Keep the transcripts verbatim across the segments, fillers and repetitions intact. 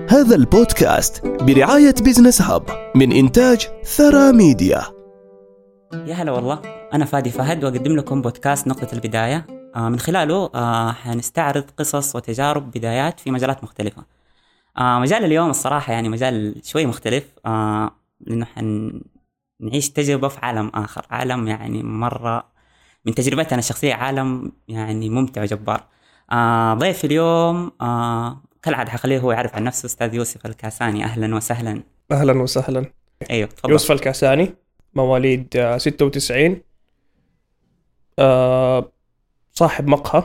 هذا البودكاست برعاية بيزنس هاب من إنتاج ثرى ميديا. يا هلا والله، أنا فادي فهد وأقدم لكم بودكاست نقطة البداية. من خلاله حنستعرض قصص وتجارب بدايات في مجالات مختلفة. مجال اليوم الصراحة يعني مجال شوي مختلف، لأنه حنعيش تجربة في عالم آخر، عالم يعني مرة من تجربتنا الشخصية عالم يعني ممتع وجبار. ضيف اليوم كالعادة حخليه هو يعرف عن نفسه. أستاذ يوسف الكاساني، أهلا وسهلا. أهلا وسهلا. أيوة تفضل. يوسف الكاساني، مواليد ستة وتسعين، أه صاحب مقهى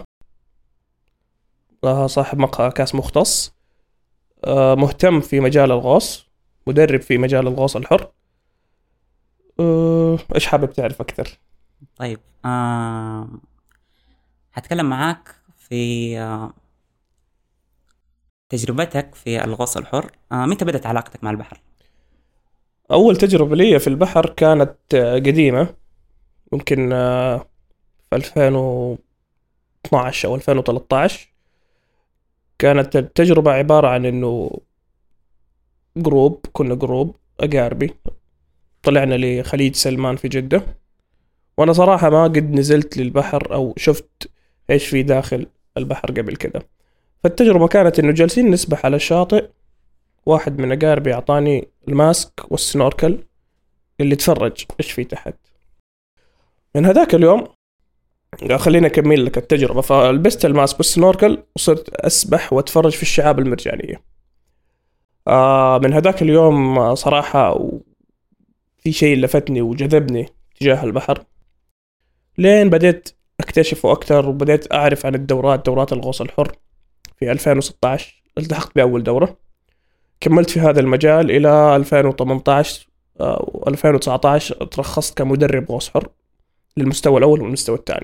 أه صاحب مقهى كاس مختص، أه مهتم في مجال الغوص، مدرب في مجال الغوص الحر. أه إيش حابب تعرف أكثر؟ طيب أه هتكلم معاك في أه تجربتك في الغوص الحر. أه متى بدأت علاقتك مع البحر؟ أول تجربة لي في البحر كانت قديمة، ممكن في ألفين واثني عشر أو ألفين وثلاثة عشر. كانت التجربة عبارة عن إنه جروب، كنا جروب أقاربي، طلعنا لخليج سلمان في جدة، وأنا صراحة ما قد نزلت للبحر أو شفت إيش في داخل البحر قبل كده. فالتجربة كانت إنه جالسين نسبح على الشاطئ، واحد من أقاربي أعطاني الماسك والسنوركل اللي تفرج إيش في تحت. من هذاك اليوم خلينا أكمل لك التجربة. فلبست الماسك والسنوركل وصرت أسبح وأتفرج في الشعاب المرجانية. آه من هذاك اليوم صراحة في شيء لفتني وجذبني تجاه البحر، لين بديت أكتشفه أكتر وبديت أعرف عن الدورات، دورات الغوص الحر. في ألفين وستة عشر التحقت بأول دورة، كملت في هذا المجال إلى ألفين وثمانية عشر و ألفين وتسعة عشر ترخصت كمدرب غوص حر للمستوى الأول والمستوى الثاني.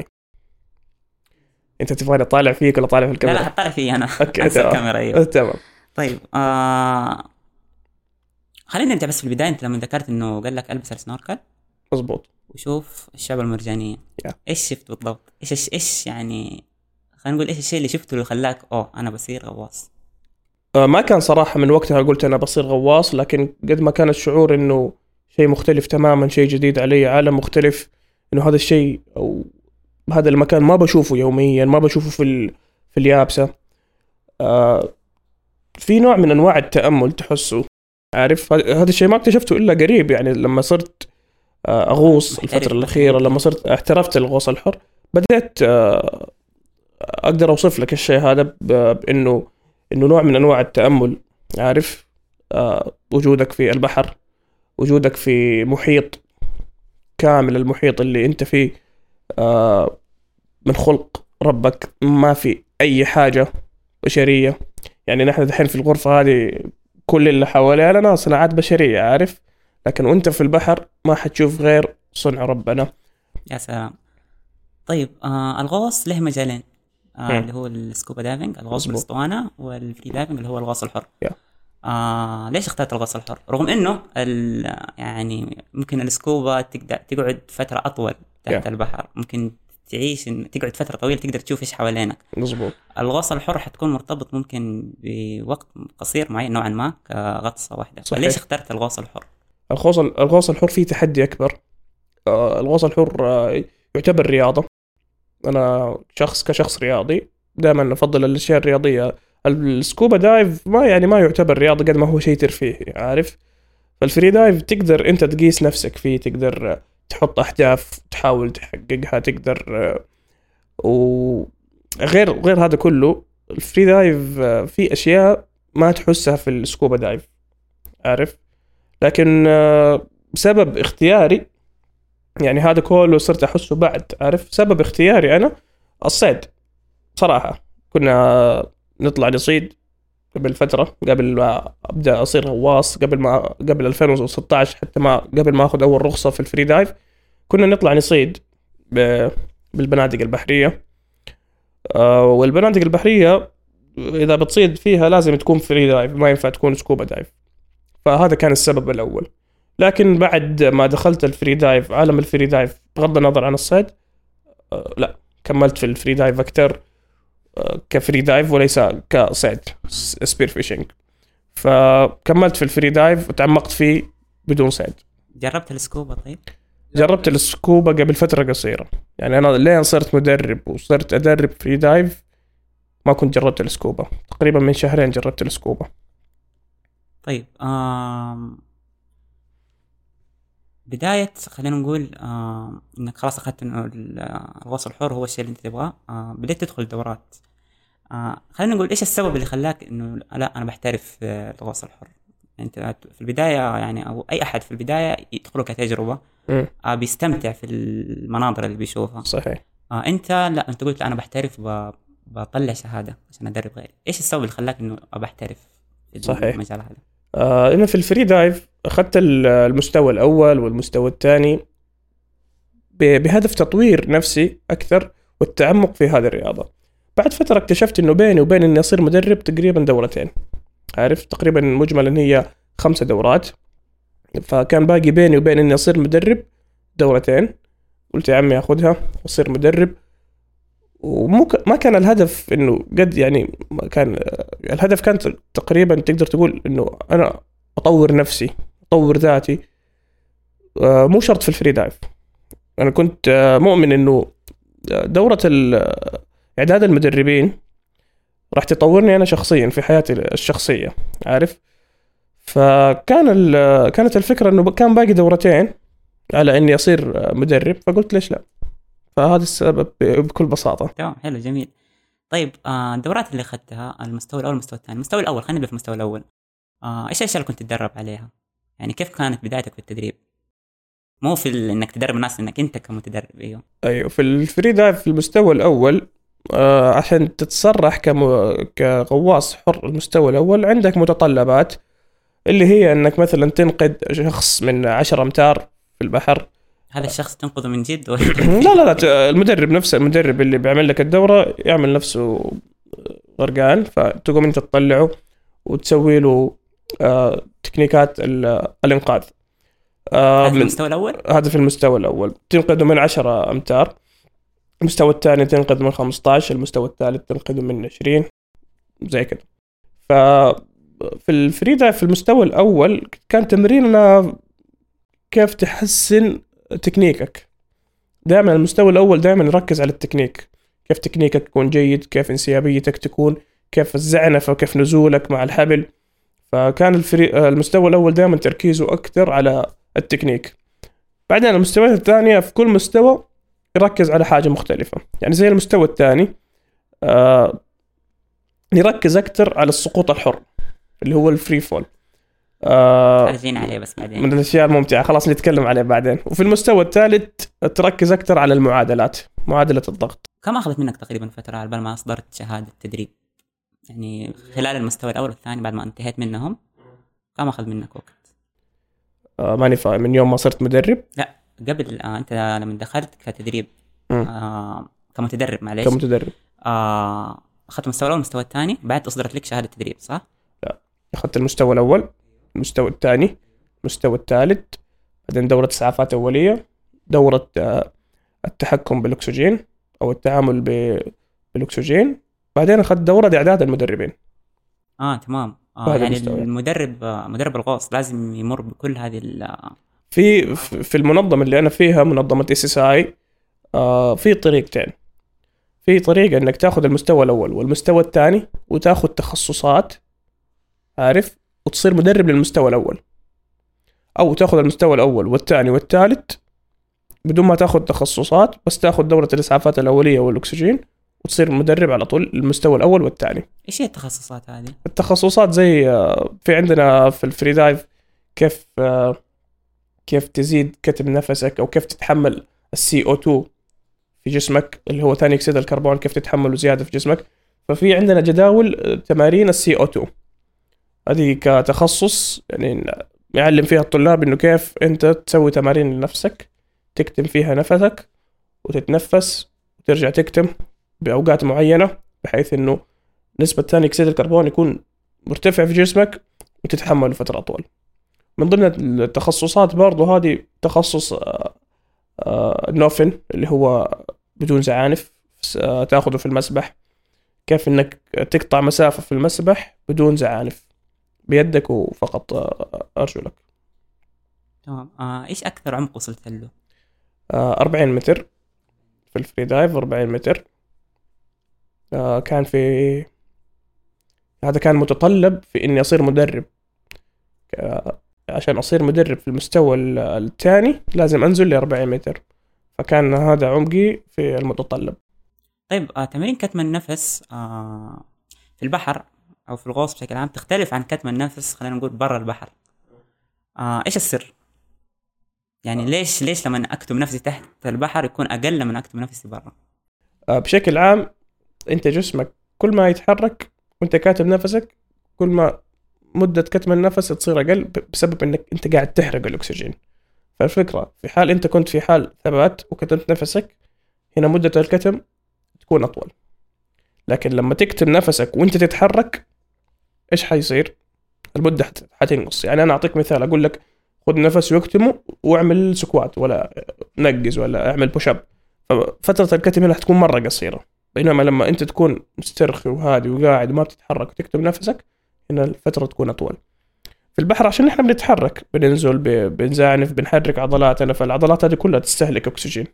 أنت تبغاني أطالع فيك ولا طالع في الكاميرا؟ لا لا هطالع فيه أنا. أوكي أنسى الكاميرا. أيوة تمام. طيب آه... خلينا نرجع بس في البداية. أنت لما ذكرت إنه قال لك ألبس السنوركل مظبوط وشوف الشعاب المرجانية، yeah. إيش شفت بالضبط؟ إيش إيش يعني خلينا نقول إيش الشيء اللي شفته اللي خلاك أوه أنا بصير غواص؟ ما كان صراحة من وقتها قلت أنا بصير غواص، لكن قد ما كان الشعور إنه شيء مختلف تماما، شيء جديد علي، عالم مختلف، إنه هذا الشيء أو هذا المكان ما بشوفه يوميا، ما بشوفه في ال... في اليابسة. آه في نوع من أنواع التأمل تحسه، عارف. هذا الشيء ما اكتشفته إلا قريب، يعني لما صرت آه أغوص الفترة الأخيرة، لما صرت احترفت الغوص الحر، بدأت آه أقدر أوصف لك الشيء هذا بأنه إنه نوع من أنواع التأمل، عارف. آه وجودك في البحر، وجودك في محيط كامل، المحيط اللي أنت فيه آه من خلق ربك، ما في أي حاجة بشرية. يعني نحن دحين في الغرفة هذه كل اللي حوالينا صناعات بشرية، عارف، لكن وأنت في البحر ما حتشوف غير صنع ربنا. يا سلام. طيب آه الغوص له مجالين، آه اللي هو السكوبا دايفنج، الغوص بالاسطوانة، والفري دايفنج اللي هو الغوص الحر. yeah. آه ليش اخترت الغوص الحر رغم انه يعني ممكن السكوبا تقدر تقعد فترة اطول تحت yeah. البحر، ممكن تعيش تقعد فترة طويلة تقدر تشوف ايش حوالينك. مظبوط. الغوص الحر حتكون مرتبط ممكن بوقت قصير معين نوعا ما كغطسة واحدة. فليش اخترت الغوص الحر؟ الغوص الغوص الحر فيه تحدي اكبر. آه الغوص الحر آه يعتبر رياضة. أنا شخص كشخص رياضي دائما أفضل الأشياء الرياضية. السكوبا دايف ما يعني ما يعتبر رياضة قد ما هو شيء ترفيهي، عارف. فالفري دايف تقدر أنت تقيس نفسك فيه، تقدر تحط أهداف تحاول تحققها، تقدر. وغير غير هذا كله الفري دايف فيه أشياء ما تحسها في السكوبا دايف، عارف. لكن بسبب اختياري، يعني هذا كله صرت أحسه بعد، عارف، سبب اختياري أنا الصيد. صراحة كنا نطلع نصيد قبل فترة، قبل ما أبدأ أصير غواص، قبل ما قبل ألفين وستة عشر، حتى ما قبل ما أخذ أول رخصة في الفري دايف، كنا نطلع نصيد بالبنادق البحرية. آه والبنادق البحرية إذا بتصيد فيها لازم تكون فري دايف، ما ينفع تكون سكوبا دايف. فهذا كان السبب الأول. لكن بعد ما دخلت الفري دايف، عالم الفري دايف بغض النظر عن الصيد، آه لا كملت في الفري دايف أكتر، آه كفري دايف وليس كصيد سبير فيشنج. فكملت في الفري دايف وتعمقت فيه بدون صيد. جربت السكوبا طيب؟ جربت السكوبا قبل فترة قصيرة، يعني أنا لين صرت مدرب وصرت أدرب فري دايف ما كنت جربت السكوبا، تقريبا من شهرين جربت السكوبا. طيب آم... بداية خلينا نقول آم... إنك خلاص أخذت إنه الغوص الحر هو الشيء اللي أنت تبغاه، آم... بديت تدخل دورات. آم... خلينا نقول إيش السبب اللي خلاك إنه لا أنا بحترف الغوص الحر؟ أنت في البداية يعني أو أي أحد في البداية يدخله كتجربة آه بيستمتع في المناظر اللي بيشوفها. صحيح. آه أنت لا أنت قلت لا أنا بحترف ب... بطلع شهادة عشان أدرب غيري. إيش السبب اللي خلاك إنه أبحترف في صحيح. المجال هذا؟ آه أنا في الفري دايف أخذت المستوى الأول والمستوى الثاني بهدف تطوير نفسي أكثر والتعمق في هذه الرياضة. بعد فترة اكتشفت إنه بيني وبين إني أصير مدرب تقريبا دورتين، عارف تقريبا مجملا هي خمسة دورات، فكان باقي بيني وبين إني أصير مدرب دورتين. قلت يا عمي أخذها وأصير مدرب، ومو ك... ما كان الهدف إنه قد يعني كان الهدف كان تقريبا تقدر تقول إنه أنا أطور نفسي أطور ذاتي، مو شرط في الفري دايف. أنا كنت مؤمن إنه دورة إعداد المدربين راح تطورني أنا شخصيا في حياتي الشخصية، عارف. فكان ال... كانت الفكرة إنه كان باقي دورتين على إني أصير مدرب، فقلت ليش لا. فهذا السبب بكل بساطة. تمام، حلو جميل. طيب آه الدورات اللي أخذتها المستوى الأول المستوى الثاني، المستوى الأول خلينا نبدأ في المستوى الأول. آه إيش الأشياء اللي كنت تدرب عليها؟ يعني كيف كانت بدايتك في التدريب؟ مو في ال... إنك تدرب الناس، إنك أنت كمتدرب. أيوه أيوه في الفري دايف في المستوى الأول آه عشان تتصرح كم... كغواص حر المستوى الأول عندك متطلبات، اللي هي إنك مثلا تنقذ شخص من عشرة أمتار في البحر. هذا الشخص تنقذه من جد؟ لا لا لا المدرب نفسه، المدرب اللي بيعمل لك الدورة يعمل نفسه غرقان، فتقوم انت تطلعه وتسوي له آه تكنيكات الانقاذ. آه هذا في المستوى الأول؟ هذا في المستوى الأول تنقذه من عشرة أمتار، المستوى الثاني تنقذ من خمسة عشر، المستوى الثالث تنقذه من عشرين، زي كده. ففي الفري دايف في المستوى الأول كان تمريننا كيف تحسن تكنيكك. دائما المستوى الأول دائما نركز على التكنيك، كيف تكنيكك يكون جيد، كيف انسيابيتك تكون، كيف الزعنفة، كيف نزولك مع الحبل. فكان الفري... المستوى الأول دائما تركيزه أكثر على التكنيك. بعدين المستويات الثانية في كل مستوى يركز على حاجة مختلفة، يعني زي المستوى الثاني آه... يركز أكثر على السقوط الحر اللي هو الفري فول. آه عليه بس بعدين من الأشياء الممتعة، خلاص نتكلم عليه بعدين. وفي المستوى الثالث تركز أكثر على المعادلات، معادلة الضغط. كم أخذت منك تقريبا فترة على بال ما أصدرت شهادة تدريب؟ يعني خلال المستوى الأول والثاني بعد ما انتهيت منهم كم أخذ منك وقت؟ آه ماني فاهم. من يوم ما صرت مدرب؟ لا قبل آه أنت لما دخلت كتدريب آه كمتدرب معليش كمتدرب آه أخذت المستوى الأول والمستوى الثاني بعد أصدرت لك شهادة تدريب صح؟ لا أخذت المستوى الأول، المستوى الثاني، المستوى الثالث، بعدين دورة إسعافات أولية، دورة التحكم بالأكسجين أو التعامل بالأكسجين، بعدين أخذت دورة إعداد المدربين. آه تمام. آه يعني المدرب مدرب الغوص لازم يمر بكل هذه ال في في المنظمة اللي أنا فيها منظمة إس إس آي آه في طريقتين. في طريقة إنك تأخذ المستوى الأول والمستوى الثاني وتأخذ تخصصات، عارف، وتصير مدرب للمستوى الأول، أو تأخذ المستوى الأول والثاني والثالث بدون ما تأخذ تخصصات، بس تأخذ دورة الإسعافات الأولية والأكسجين وتصير مدرب على طول المستوى الأول والثاني. إيش هي التخصصات هذه؟ التخصصات زي في عندنا في الفري دايف كيف كيف تزيد كتم نفسك، أو كيف تتحمل السي أو تو في جسمك اللي هو ثاني أكسيد الكربون، كيف تتحمله زيادة في جسمك. ففي عندنا جداول تمارين السي أو تو، هذه كتخصص يعني يعلم فيها الطلاب إنه كيف أنت تسوي تمارين لنفسك تكتم فيها نفسك وتتنفس وترجع تكتم بأوقات معينة، بحيث إنه نسبة ثاني أكسيد الكربون يكون مرتفع في جسمك وتتحمل فترة أطول. من ضمن التخصصات برضو هذه تخصص النوفن اللي هو بدون زعانف، تأخذه في المسبح، كيف إنك تقطع مسافة في المسبح بدون زعانف، بيدك وفقط آه، أرجلك. تمام. آه إيش أكثر عمق وصلت له؟ آه، أربعين متر في الفري دايف، أربعين متر. آه، كان في هذا كان متطلب في إني أصير مدرب. آه، عشان أصير مدرب في المستوى ال- الثاني لازم أنزل لأربعين متر، فكان هذا عمقي في المتطلب. طيب، آه تمارين كتم النفس آه في البحر أو في الغوص بشكل عام تختلف عن كتم النفس خلينا نقول برا البحر. آه إيش السر؟ يعني ليش ليش لما أكتم نفسي تحت البحر يكون أقل من أكتم نفسي برا؟ آه، بشكل عام أنت جسمك كل ما يتحرك وأنت كاتم نفسك، كل ما مدة كتم النفس تصير أقل ب- بسبب إنك أنت قاعد تحرق الأكسجين. فالفكرة في حال أنت كنت في حال ثبات وكتمت نفسك، هنا مدة الكتم تكون أطول. لكن لما تكتم نفسك وأنت تتحرك، إيش حيصير؟ المدة حت- حتنقص. يعني أنا أعطيك مثال، أقول لك خذ نفس واكتمه واعمل سكوات ولا نقز ولا اعمل بوش اب، ففترة الكتم هنا حتكون مرة قصيرة. بينما لما أنت تكون مسترخي وهادي وقاعد وما بتتحرك وتكتم نفسك، هنا الفترة تكون أطول. في البحر عشان احنا بنتحرك، بننزل ب- بنزعنف، بنحرك عضلاتنا، فالعضلات هذه كلها تستهلك أكسجين.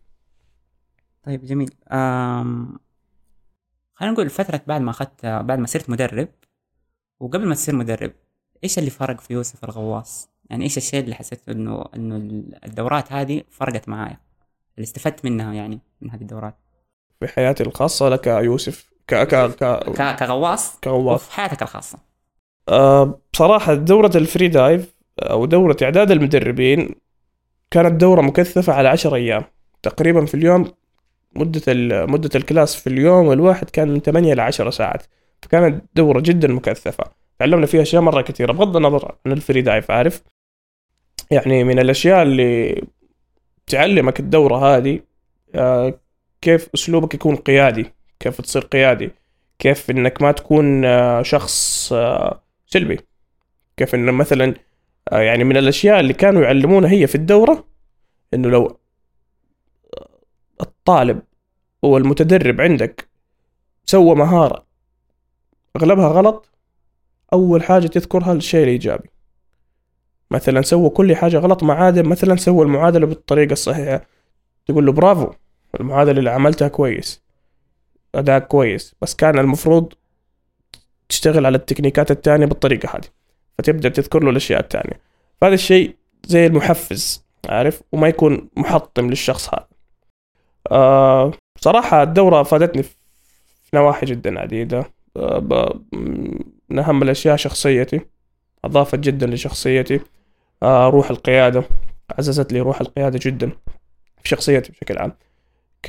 طيب جميل. آم خلينا نقول فترة بعد ما أخذت بعد ما صرت مدرب وقبل ما تصير مدرب، إيش اللي فرق في يوسف الغواص؟ يعني إيش الشيء اللي حسيت إنه إنه الدورات هذه فرقت معايا، اللي استفدت منها يعني من هذه الدورات في حياتي الخاصة لك يا يوسف ك ك ك ك- كغواص كغواص. وفي حياتك الخاصة؟ أه بصراحة دورة الفري دايف أو دورة إعداد المدربين كانت دورة مكثفة على عشر أيام تقريبا في اليوم. مدة ال- مدة الكلاس في اليوم الواحد كان من ثمانية إلى عشر ساعات، فكانت دورة جدا مكثفة. تعلمنا فيها أشياء مرة كثيرة بغض النظر عن الفري دايف. عارف يعني من الأشياء اللي تعلمك الدورة هذه آه، كيف أسلوبك يكون قيادي، كيف تصير قيادي، كيف إنك ما تكون آه، شخص آه، سلبي، كيف إنه مثلا آه، يعني من الأشياء اللي كانوا يعلمونها هي في الدورة، إنه لو الطالب والمتدرب عندك سوى مهارة أغلبها غلط، أول حاجة تذكرها الشيء الإيجابي. مثلا سوى كل حاجة غلط ما عدا مثلا سوى المعادلة بالطريقة الصحيحة، تقول له برافو، المعادلة اللي عملتها كويس، أداء كويس، بس كان المفروض تشتغل على التكنيكات التانية بالطريقة هذه، فتبدأ تذكر له الأشياء التانية. فهذا الشيء زي المحفز، عارف، وما يكون محطم للشخص هذا. آه بصراحة الدورة أفادتني في نواحي جدا عديدة. آه ب- من أهم الأشياء شخصيتي، أضافت جدا لشخصيتي. آه روح القيادة، عززت لي روح القيادة جدا في شخصيتي بشكل عام. ك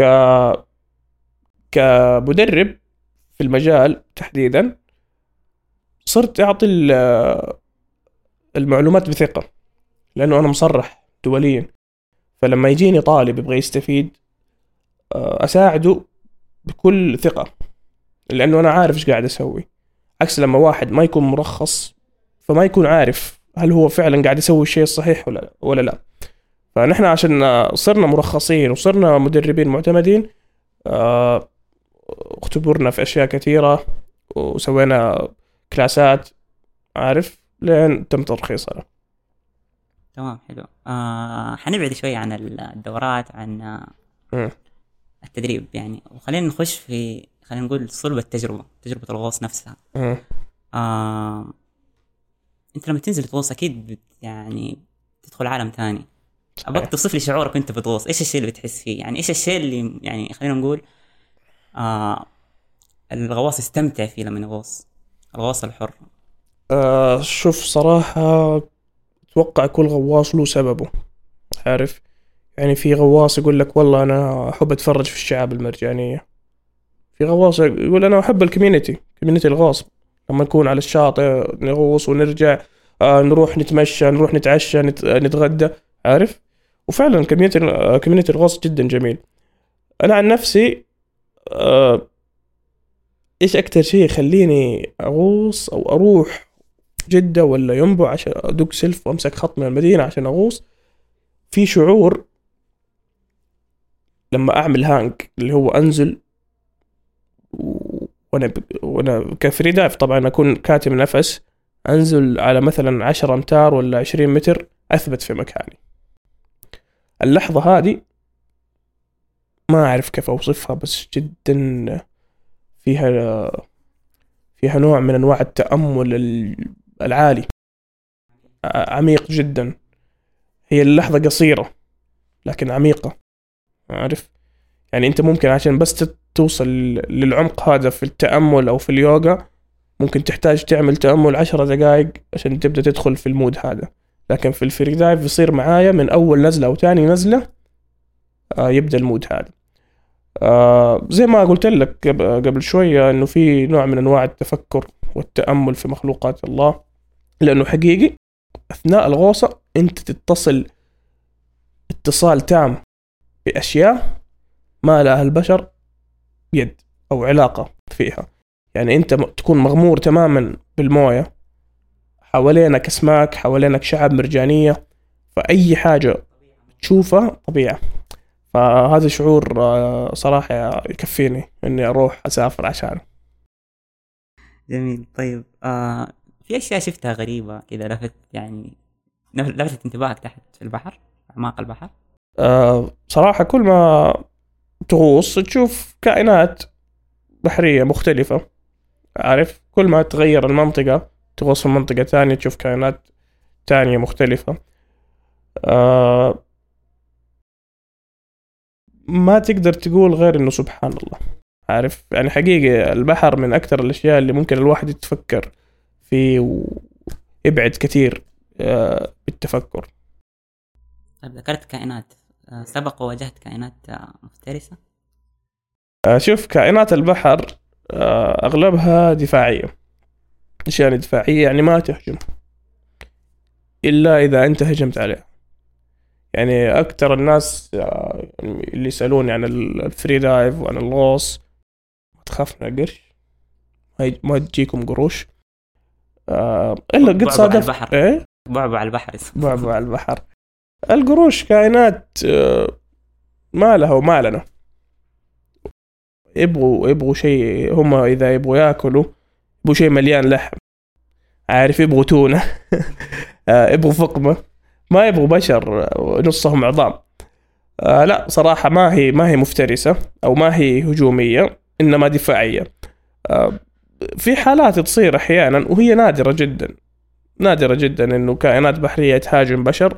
كمدرب في المجال تحديدا، صرت أعطي ال- المعلومات بثقة، لأنه أنا مصرح دوليا. فلما يجيني طالب يبغى يستفيد، آه، أساعده بكل ثقة، لأنه أنا عارف إيش قاعد أسوي. عكس لما واحد ما يكون مرخص، فما يكون عارف هل هو فعلا قاعد يسوي الشيء الصحيح ولا ولا لا. فنحن عشان صرنا مرخصين وصرنا مدربين معتمدين، آه، اختبرنا في أشياء كثيرة وسوينا كلاسات، عارف، لين تم ترخيصنا. تمام، حلو. آه حنبعد شوي عن الدورات، عن آه، مم. التدريب يعني، وخلينا نخش في خلينا نقول صلب التجربة، تجربة الغوص نفسها. مم. آه انت لما تنزل تغوص اكيد بت يعني تدخل عالم ثاني. ابغاك توصف لي شعورك وانت بتغوص، ايش الشيء اللي بتحس فيه؟ يعني ايش الشيء اللي يعني خلينا نقول آه الغواص يستمتع فيه لما يغوص، الغوص الحر؟ آه شوف صراحة، أتوقع كل غواص له سببه، عارف. يعني في غواص يقول لك والله أنا أحب أتفرج في الشعاب المرجانية، في غواص يقول أنا أحب الكوميونيتي، كوميونيتي الغاص، لما نكون على الشاطئ نغوص ونرجع، آه نروح نتمشى، نروح نتعشى، نت... نتغدى، عارف. وفعلا كوميونيتي كوميونيتي الغاص جدا جميل. أنا عن نفسي آه إيش أكتر شيء يخليني أغوص أو أروح جدة ولا ينبع عشان أدق سلف وأمسك خط من المدينة عشان أغوص؟ في شعور لما أعمل هانك، اللي هو أنزل و- وأنا ب... وأنا كفري دايف طبعا أكون كاتم نفس، أنزل على مثلا عشرة أمتار ولا عشرين متر أثبت في مكاني. اللحظة هذه ما أعرف كيف أوصفها، بس جدا فيها فيها نوع من أنواع التأمل العالي، عميق جدا. هي اللحظة قصيرة لكن عميقة، عارف يعني أنت ممكن عشان بس توصل للعمق هذا في التأمل أو في اليوغا ممكن تحتاج تعمل تأمل عشر دقائق عشان تبدأ تدخل في المود هذا. لكن في الفري دايف بيصير معايا من أول نزلة أو تاني نزلة آه يبدأ المود هذا. آه زي ما قلت لك قبل شوية إنه في نوع من أنواع التفكر والتأمل في مخلوقات الله، لأنه حقيقي أثناء الغوصة أنت تتصل اتصال تام بأشياء ما لها البشر يد أو علاقة فيها. يعني أنت تكون مغمور تماما بالموية، حوالينك أسماك، حوالينك شعاب مرجانية، فأي حاجة تشوفها طبيعة. فهذا شعور صراحة يكفيني إني أروح أسافر عشانه. جميل. طيب آه في أشياء شفتها غريبة كذا لفت يعني لفتت انتباهك تحت في البحر، أعماق البحر؟ آه صراحة كل ما تغوص تشوف كائنات بحرية مختلفة، عارف كل ما تغير المنطقة تغوص في منطقة تانية تشوف كائنات تانية مختلفة. آه ما تقدر تقول غير إنه سبحان الله، عارف يعني حقيقة البحر من أكثر الأشياء اللي ممكن الواحد يتفكر فيه ويبعد كثير آه بالتفكر. طيب ذكرت كائنات، سبق وواجهت كائنات مفترسة؟ آه شوف كائنات البحر آه أغلبها دفاعية، أشياء دفاعية يعني ما تهجم إلا إذا أنت هجمت عليه. يعني أكتر الناس آه اللي يسألوني عن الفري دايف وعن الغوص ما تخاف من القرش، ما تجيكم قروش آه إلا قد صادف إيه بعبع البحر بعبع البحر. القروش كائنات آه ما لها وما لنا، يبغوا يبغوا شيء، هم إذا يبغوا يأكلوا يبغوا شيء مليان لحم، عارف يبغوا تونة يبغوا فقمة، ما يبغوا بشر نصهم عظام. آه لا صراحة ما هي ما هي مفترسة أو ما هي هجومية، إنما دفاعية. آه في حالات تصير أحيانا وهي نادرة جدا نادرة جدا إنه كائنات بحرية تهاجم بشر،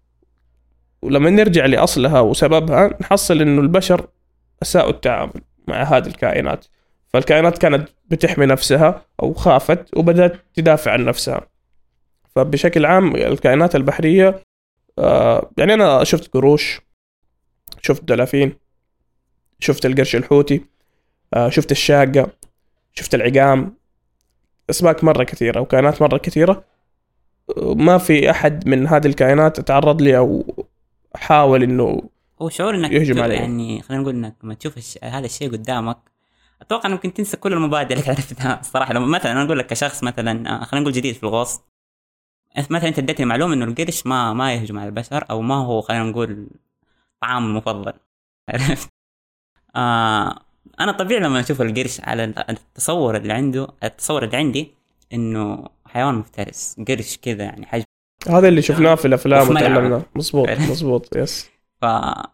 ولما نرجع لأصلها وسببها نحصل إنه البشر أساءوا التعامل مع هذه الكائنات. فالكائنات كانت بتحمي نفسها أو خافت وبدأت تدافع عن نفسها. فبشكل عام الكائنات البحرية آه يعني أنا شفت قروش، شفت دلافين، شفت القرش الحوتي، آه شفت الشاقة، شفت العقام، أسماك مرة كثيرة وكائنات مرة كثيرة. ما في أحد من هذه الكائنات تعرض لي أو حاول إنه هو شعور إنك يهجم عليه. يعني خلينا نقول إنك لما تشوف الش... هذا الشيء قدامك أتوقع إنك ممكن تنسى كل المبادئ اللي عرفتها الصراحة. لما مثلا أنا أقول لك كشخص مثلا خلينا نقول جديد في الغوص، مثلا أنت اديتني معلومة إنه القرش ما ما يهجم على البشر أو ما هو خلينا نقول طعام المفضل، عرفت؟ آه أنا طبيعي لما أشوف القرش على التصور اللي عنده التصور اللي عندي إنه حيوان مفترس، قرش كذا يعني حجم، هذا اللي شفناه في الأفلام وتعلمنا. مظبوط مظبوط يس. ف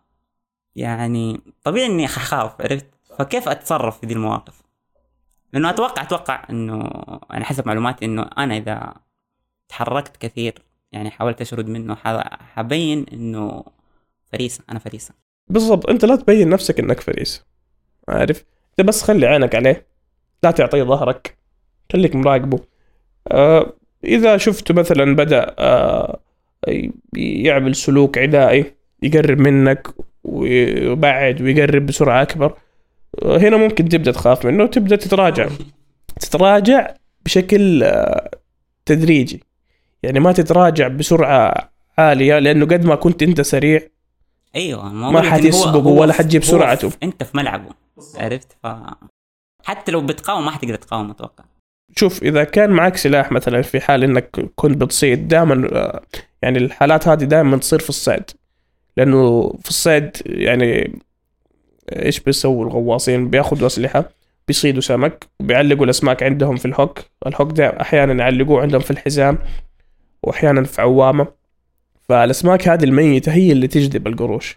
يعني طبيعي إني أخاف، عرفت؟ فكيف أتصرف في دي المواقف؟ لأنه أتوقع أتوقع إنه يعني حسب معلوماتي إنه أنا إذا تحركت كثير يعني حاولت أشرد منه حبين إنه فريسة، أنا فريسة. بالضبط، أنت لا تبين نفسك إنك فريسة، عارف؟ أنت بس خلي عينك عليه، لا تعطيه ظهرك، خليك مراقبه. آه إذا شفته مثلا بدأ آه يعمل سلوك عدائي، يقرب منك ويبعد ويقرب بسرعة أكبر، آه هنا ممكن تبدأ تخاف منه وتبدأ تتراجع تتراجع بشكل آه تدريجي. يعني ما تتراجع بسرعة عالية، لأنه قد ما كنت أنت سريع أيوة ما حد يسبقه ولا حد يجيب سرعته، أنت في ملعبه، عرفت؟ ف حتى لو بتقاوم ما حتقدر تقاوم أتوقع. شوف إذا كان معك سلاح مثلا في حال إنك كنت بتصيد، دائما يعني الحالات هذه دائما تصير في الصيد، لأنه في الصيد يعني إيش بيسووا الغواصين؟ بياخدوا أسلحة، بيصيدوا سمك وبيعلقوا الأسماك عندهم في الهوك. الهوك ده أحيانا يعلقوه عندهم في الحزام وأحيانا في عوامة. فالأسماك هذه الميتة هي اللي تجذب القروش.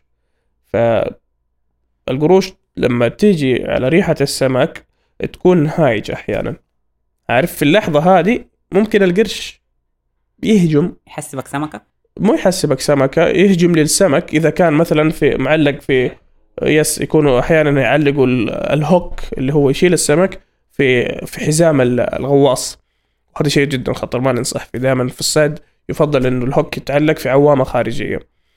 فالقروش لما تيجي على ريحة السمك تكون هايج أحيانا، عارف، في اللحظة هذه ممكن القرش يهجم، يحسبك سمكة، مو يحسبك سمكة، يهجم للسمك. إذا كان مثلا في معلق في يس يكونوا أحيانا يعلقوا الهوك اللي هو يشيل السمك في في حزام الغواص، وهذا شيء جدا خطر، ما ننصح فيه. دائما في الصيد يفضل إنه الهوك يتعلق في عوامة خارجية.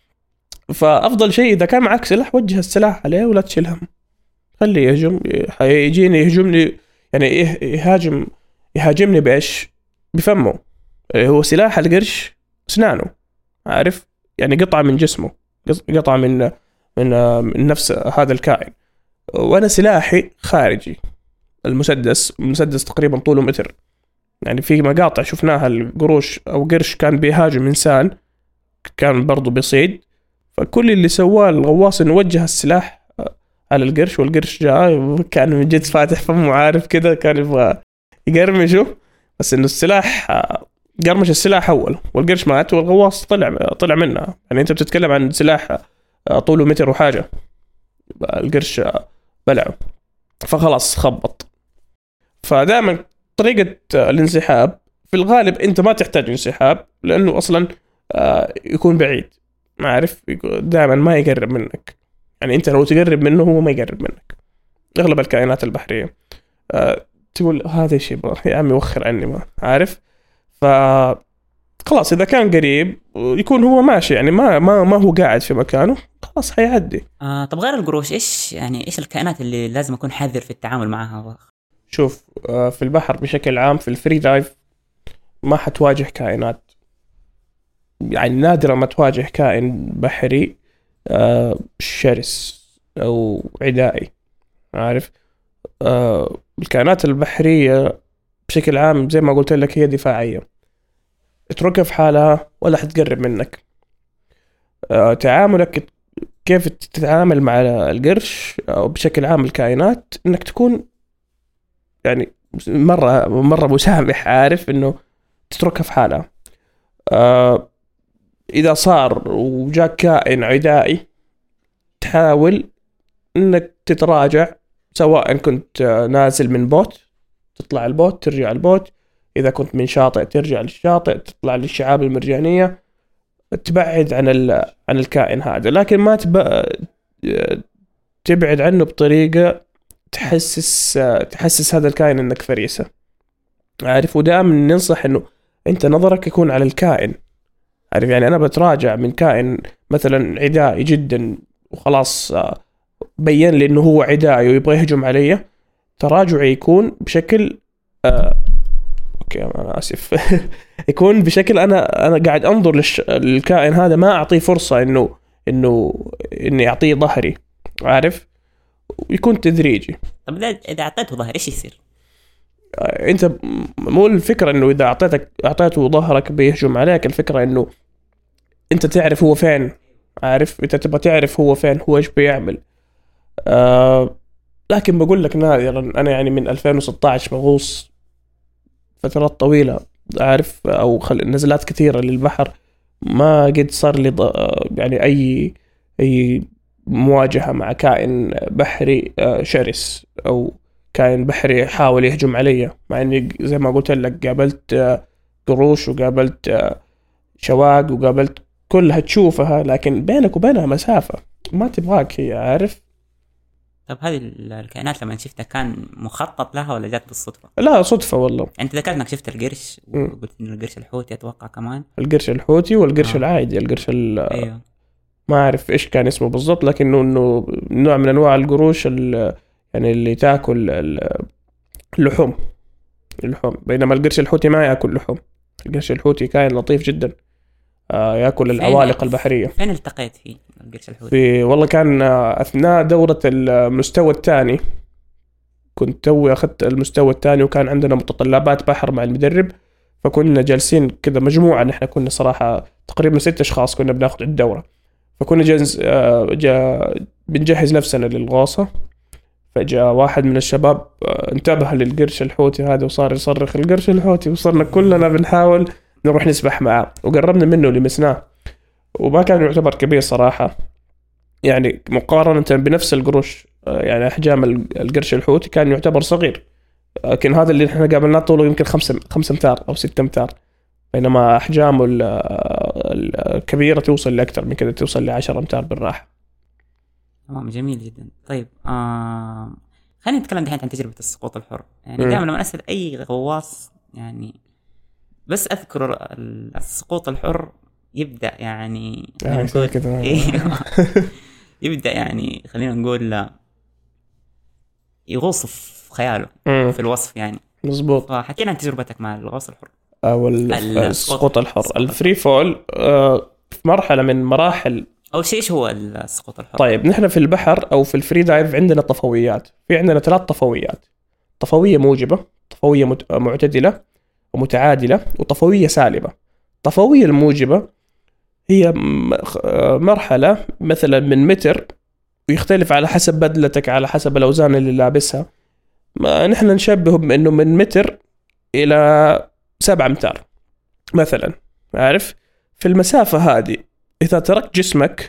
فأفضل شيء إذا كان معك سلاح وجه السلاح عليه ولا تشيل هم، خليه يهجم. يجيني يهجمني يعني يهاجم يهاجمني بإيش؟ بفمه. هو سلاح القرش أسنانه، عارف، يعني قطعة من جسمه، قطعة من من من نفس هذا الكائن. وأنا سلاحي خارجي، المسدس المسدس تقريبا طوله متر. يعني في مقاطع شفناها القروش أو قرش كان بيهاجم إنسان كان برضو بيصيد، فكل اللي سواه الغواص إنه وجه السلاح على القرش، والقرش جاء كان من جد فاتح فمه، عارف كده، كان يبغى يقرمشه، بس إنه السلاح قرمش السلاح أول والقرش مات والغواص طلع طلع منها. يعني أنت بتتكلم عن سلاح طوله متر وحاجة، القرش بلعه فخلاص خبط. فدائما طريقة الانسحاب في الغالب أنت ما تحتاج انسحاب، لأنه أصلا يكون بعيد، ما عارف، دائما ما يقرب منك. يعني أنت لو تقرب منه هو ما يقرب منك. أغلب الكائنات البحرية تقول هذا شيء يا عمي وخر عني، ما عارف. فخلاص إذا كان قريب يكون هو ماشي، يعني ما ما ما هو قاعد في مكانه، خلاص حيعدي. آه طب غير القروش إيش يعني إيش الكائنات اللي لازم أكون حذر في التعامل معها؟ شوف، في البحر بشكل عام في الفري دايف ما حتواجه كائنات، يعني نادرا ما تواجه كائن بحري شرس أو عدائي، عارف. الكائنات البحرية بشكل عام زي ما قلت لك هي دفاعية، اتركها في حالها ولا حتقرب منك. تعاملك كيف تتعامل مع القرش أو بشكل عام الكائنات، إنك تكون يعني مرة مرة مسامح، عارف، إنه تتركها في حالها. آه إذا صار وجاك كائن عدائي تحاول إنك تتراجع، سواء كنت نازل من بوت تطلع البوت ترجع البوت، إذا كنت من شاطئ ترجع للشاطئ تطلع للشعاب المرجانية، تبعد عن عن الكائن هذا. لكن ما تب... تبعد عنه بطريقة تحسس تحسس هذا الكائن انك فريسة، عارف. ودائما ننصح انه انت نظرك يكون على الكائن، عارف. يعني انا بتراجع من كائن مثلا عدائي جدا وخلاص بين لي انه هو عدائي ويبغى يهجم علي، تراجعي يكون بشكل آه... اوكي انا اسف يكون بشكل انا انا قاعد انظر للش... للكائن هذا، ما اعطيه فرصة انه انه اني اعطيه ظهري، عارف، ويكون تدريجي. طب إذا أعطيته ظهر إيش يصير؟ أنت مو الفكرة إنه إذا أعطيتك أعطيته ظهرك بيهجم عليك، الفكرة إنه أنت تعرف هو فين، عارف، أنت تبغى تعرف هو فين، هو إيش بيعمل. آه لكن بقول لك نادرا، أنا يعني من ألفين وستة عشر بغوص فترات طويلة، عارف، أو خل... نزلات كثيرة للبحر، ما قد صار لي ض... يعني أي أي مواجهة مع كائن بحري شرس أو كائن بحري حاول يهجم علي. مع أني زي ما قلت لك قابلت قروش وقابلت شواق وقابلت كلها تشوفها، لكن بينك وبينها مسافة ما تبغاك هي، عارف. طب هذه الكائنات لما شفتها كان مخطط لها ولا جات بالصدفة؟ لا صدفة والله. أنت ذكرت أنك شفت القرش وقلت إنه القرش الحوتي أتوقع كمان. القرش الحوتي والقرش آه. العادي، القرش ال أيوه. ما أعرف إيش كان اسمه بالضبط، لكنه إنه نوع من أنواع القروش يعني اللي تأكل اللحوم اللحوم بينما القرش الحوتي ما يأكل لحوم. القرش الحوتي كائن لطيف جدا، آه يأكل العوالق البحرية. فين التقيت فيه القرش الحوتي؟ في والله كان أثناء دورة المستوى الثاني، كنت توي أخذت المستوى الثاني وكان عندنا متطلبات بحر مع المدرب، فكنا جالسين كذا مجموعة، نحن كنا صراحة تقريبا ست أشخاص كنا بناخد الدورة، فكنا جنز آه جا بنجهز نفسنا للغوصة. فجأة واحد من الشباب آه، انتبه للقرش الحوتي هذا وصار يصرخ القرش الحوتي، وصرنا كلنا بنحاول نروح نسبح معه، وقربنا منه ولمسناه، وما كان يعتبر كبير صراحة يعني مقارنة بنفس القروش. آه، يعني أحجام القرش الحوتي كان يعتبر صغير، لكن هذا اللي احنا قابلناه طوله يمكن خمسة خمسة أمتار أو ستة أمتار، بينما أحجامه ال- الكبيرة توصل لأكثر من كده، توصل لعشرة أمتار بالراحة. تمام، جميل جدا. طيب آه خلينا نتكلم دحين عن تجربة السقوط الحر. يعني مم. دائما لما أسأل أي غواص يعني بس أذكر السقوط الحر يبدأ يعني يعني يسوي كده. إيه. يبدأ يعني خلينا نقول لا يغوص في خياله مم. في الوصف يعني. مظبوط. فحكينا عن تجربتك مع الغوص الحر أو ال- السقوط الحر، السقوط الفري فول، آه، في مرحلة من مراحل. أول شيء إيش هو السقوط الحر؟ طيب نحن في البحر أو في الفري دايف عندنا طفويات، في عندنا ثلاث طفويات: طفوية موجبة، طفوية مت- معتدلة ومتعادلة، وطفوية سالبة. الطفوية الموجبة هي م- خ- آه، مرحلة مثلا من متر، ويختلف على حسب بدلتك، على حسب الأوزان اللي لابسها. ما نحن نشبهه بأنه من متر إلى سبعة أمتار مثلا، عارف؟ في المسافة هذه إذا تركت جسمك،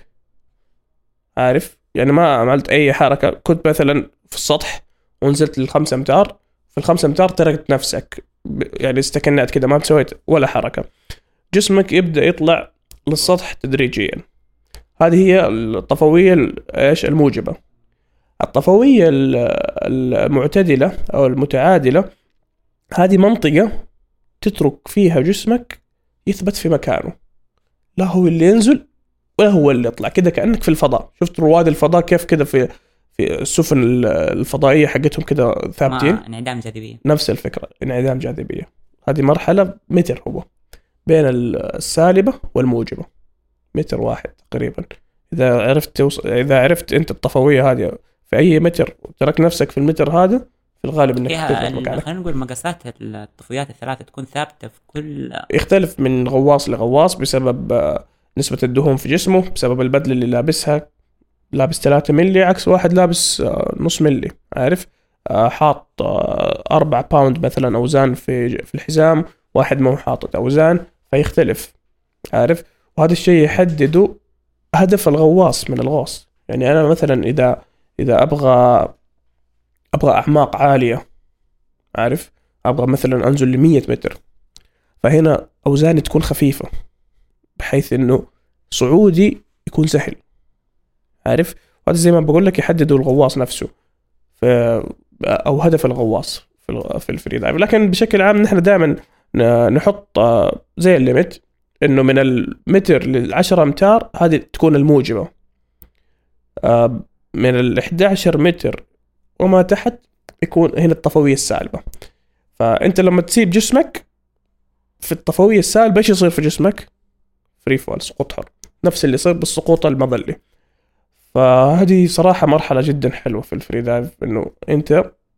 عارف يعني ما عملت أي حركة، كنت مثلا في السطح ونزلت للخمسة أمتار، في الخمسة أمتار تركت نفسك ب- يعني استكنات كده، ما سويت ولا حركة، جسمك يبدأ يطلع للسطح تدريجيا. هذه هي الطفوية ال- إيش الموجبة. الطفوية ال- المعتدلة أو المتعادلة هذه منطقة تترك فيها جسمك يثبت في مكانه، لا هو اللي ينزل ولا هو اللي يطلع، كده كأنك في الفضاء. شفت رواد الفضاء كيف كده في في السفن الفضائية حقتهم كده ثابتين؟ مع انعدام جاذبية. نفس الفكرة، انعدام جاذبية. هذه مرحلة متر هو بين السالبة والموجبة، متر واحد تقريبا. إذا عرفت توصل، إذا عرفت أنت الطفوية هذه في أي متر وترك نفسك في المتر هذا، في الغالب إنك فيها تثبت ال- مكانك. خلينا نقول مقاسات الطفويات الثلاثة تكون ثابتة في كل. يختلف من غواص لغواص بسبب آه، نسبة الدهون في جسمه، بسبب البدلة اللي لابسها، لابس ثلاثة ملي عكس واحد لابس آه، نص ملي، عارف؟ آه، حاط آه، أربعة باوند مثلا أوزان في في الحزام، واحد مو حاطط أوزان، فيختلف، عارف؟ وهذا الشيء يحدده هدف الغواص من الغوص. يعني أنا مثلا إذا إذا أبغى أبغى أعماق عالية، عارف؟ أبغى مثلا أنزل لمية متر، فهنا أوزاني تكون خفيفة بحيث إنه صعودي يكون سهل، عارف؟ وهذا زي ما بقول لك يحددوا الغواص نفسه ف... أو هدف الغواص في ال- في الفري دايف. لكن بشكل عام نحن دائما نحط آه، زي الليمت إنه من المتر للعشرة أمتار هذه تكون الموجبة، آه، من الإحدى عشر متر وما تحت يكون هنا الطفوية السالبة. فأنت لما تسيب جسمك في الطفوية السالبة ايش يصير في جسمك؟ فري فول، سقوط حر، نفس اللي يصير بالسقوط المظلي. فهذه صراحة مرحلة جدا حلوة في الفري دايف، انه انت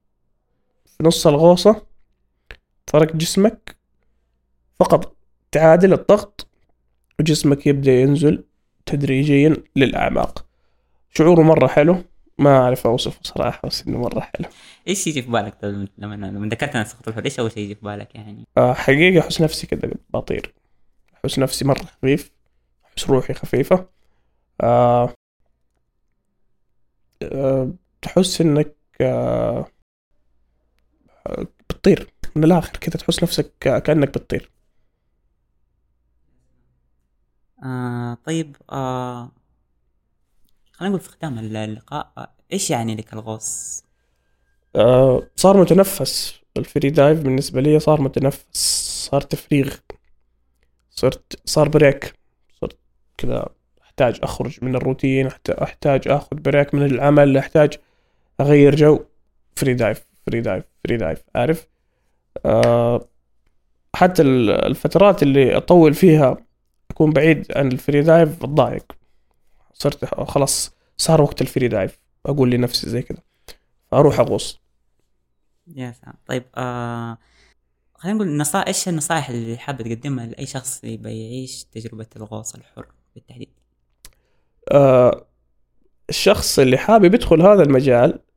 في نص الغوصة ترك جسمك فقط تعادل الضغط، وجسمك يبدأ ينزل تدريجيا للأعماق. شعوره مرة حلو، ما أعرف أوصفه صراحة، بس إنه مرة حلو. ايش يجي في بالك طيب لما لما ذكرت عن السقوط الحر؟ ايش اول شيء يجي في بالك يعني؟ آه، حقيقة أحس نفسي كده بطير، أحس نفسي مرة خفيف، أحس روحي خفيفة. آه آه تحس إنك آه بتطير من الآخر كده، تحس نفسك كأنك بتطير. آه طيب آه خلينا نقول في ختام اللقاء، آه ايش يعني لك الغوص؟ آه صار متنفس. الفري دايف بالنسبة لي صار متنفس، صار تفريغ، صرت صار بريك، صرت كذا أحتاج أخرج من الروتين، أحت- أحتاج أخذ بريك من العمل، أحتاج أغير جو. فري دايف فري دايف فري دايف عارف؟ آه حتى ال- الفترات اللي أطول فيها أكون بعيد عن الفري دايف بتضايق، صرت خلاص صار وقت الفري دايف، أقول لنفسي زي كذا أروح أغوص. يا سلام. طيب آه خلينا نقول نصائح، ايش النصائح اللي حابة تقدمها لأي شخص يبي يعيش تجربة الغوص الحر بالتحديد؟ آه الشخص اللي حابب يدخل هذا المجال،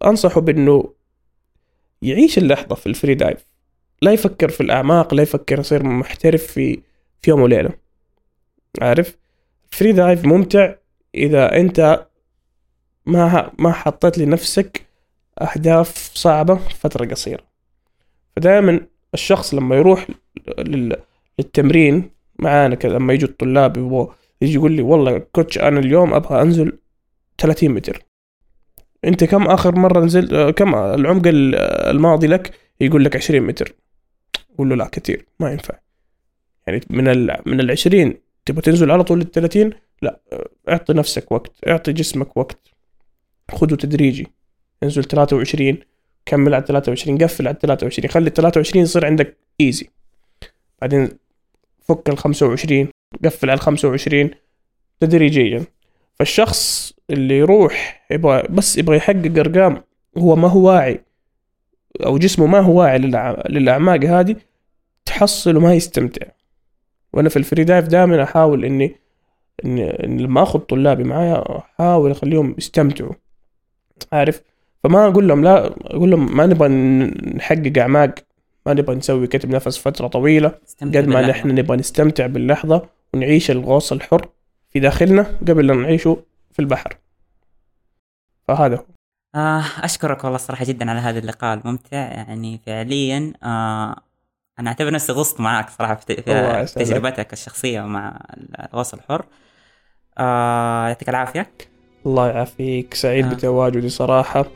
أنصحه بأنه يعيش اللحظة في الفري دايف، لا يفكر في الأعماق، لا يفكر يصير محترف في في يوم وليلة. عارف الفري دايف ممتع إذا أنت ما ما حطيت لنفسك أهداف صعبة فترة قصيرة. فدائما الشخص لما يروح للتمرين معانا كذا، لما يجوا الطلاب يجي يقول لي والله كوتش أنا اليوم أبغى أنزل ثلاثين متر، أنت كم آخر مرة نزل، كم العمق الماضي لك؟ يقول لك عشرين متر. قول له لا كتير، ما ينفع. يعني من ال من العشرين تبغى تنزل على طول للثلاثين؟ لا، اعطي نفسك وقت، اعطي جسمك وقت، خذه تدريجي. انزل ثلاثة وعشرين، كمل على ثلاثة وعشرين، قفل على ثلاثة وعشرين، خلي ثلاثة وعشرين يصير عندك ايزي، بعدين فك ال خمسة وعشرين، قفل على ال خمسة وعشرين تدريجيا. فالشخص اللي يروح يبغى بس يبغى يحقق ارقام، هو ما هو واعي او جسمه ما هو واعي للاعماق هذه، تحصل وما يستمتع. وانا في الفري دايف دائما احاول اني إن لما أخذ طلابي معايا أحاول أخليهم يستمتعوا. عارف، فما أقول لهم لا، أقول لهم ما نبغى نحقق أعماق، ما نبغى نسوي كتب نفس فترة طويلة، قد ما نحن نبغى نستمتع باللحظة ونعيش الغوص الحر في داخلنا قبل أن نعيشه في البحر. فهذا هو. آه أشكرك والله الصراحة جدا على هذا اللقاء الممتع. يعني فعليا آه أنا أعتبر نفسي غصت معك صراحة في, في تجربتك الشخصية مع الغوص الحر. آه يعطيك العافية. الله يعافيك، سعيد آه. بتواجدي صراحة،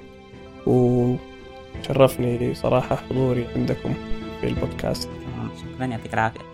وشرفني صراحة حضوري عندكم في البودكاست. شكرا، يعطيك العافية.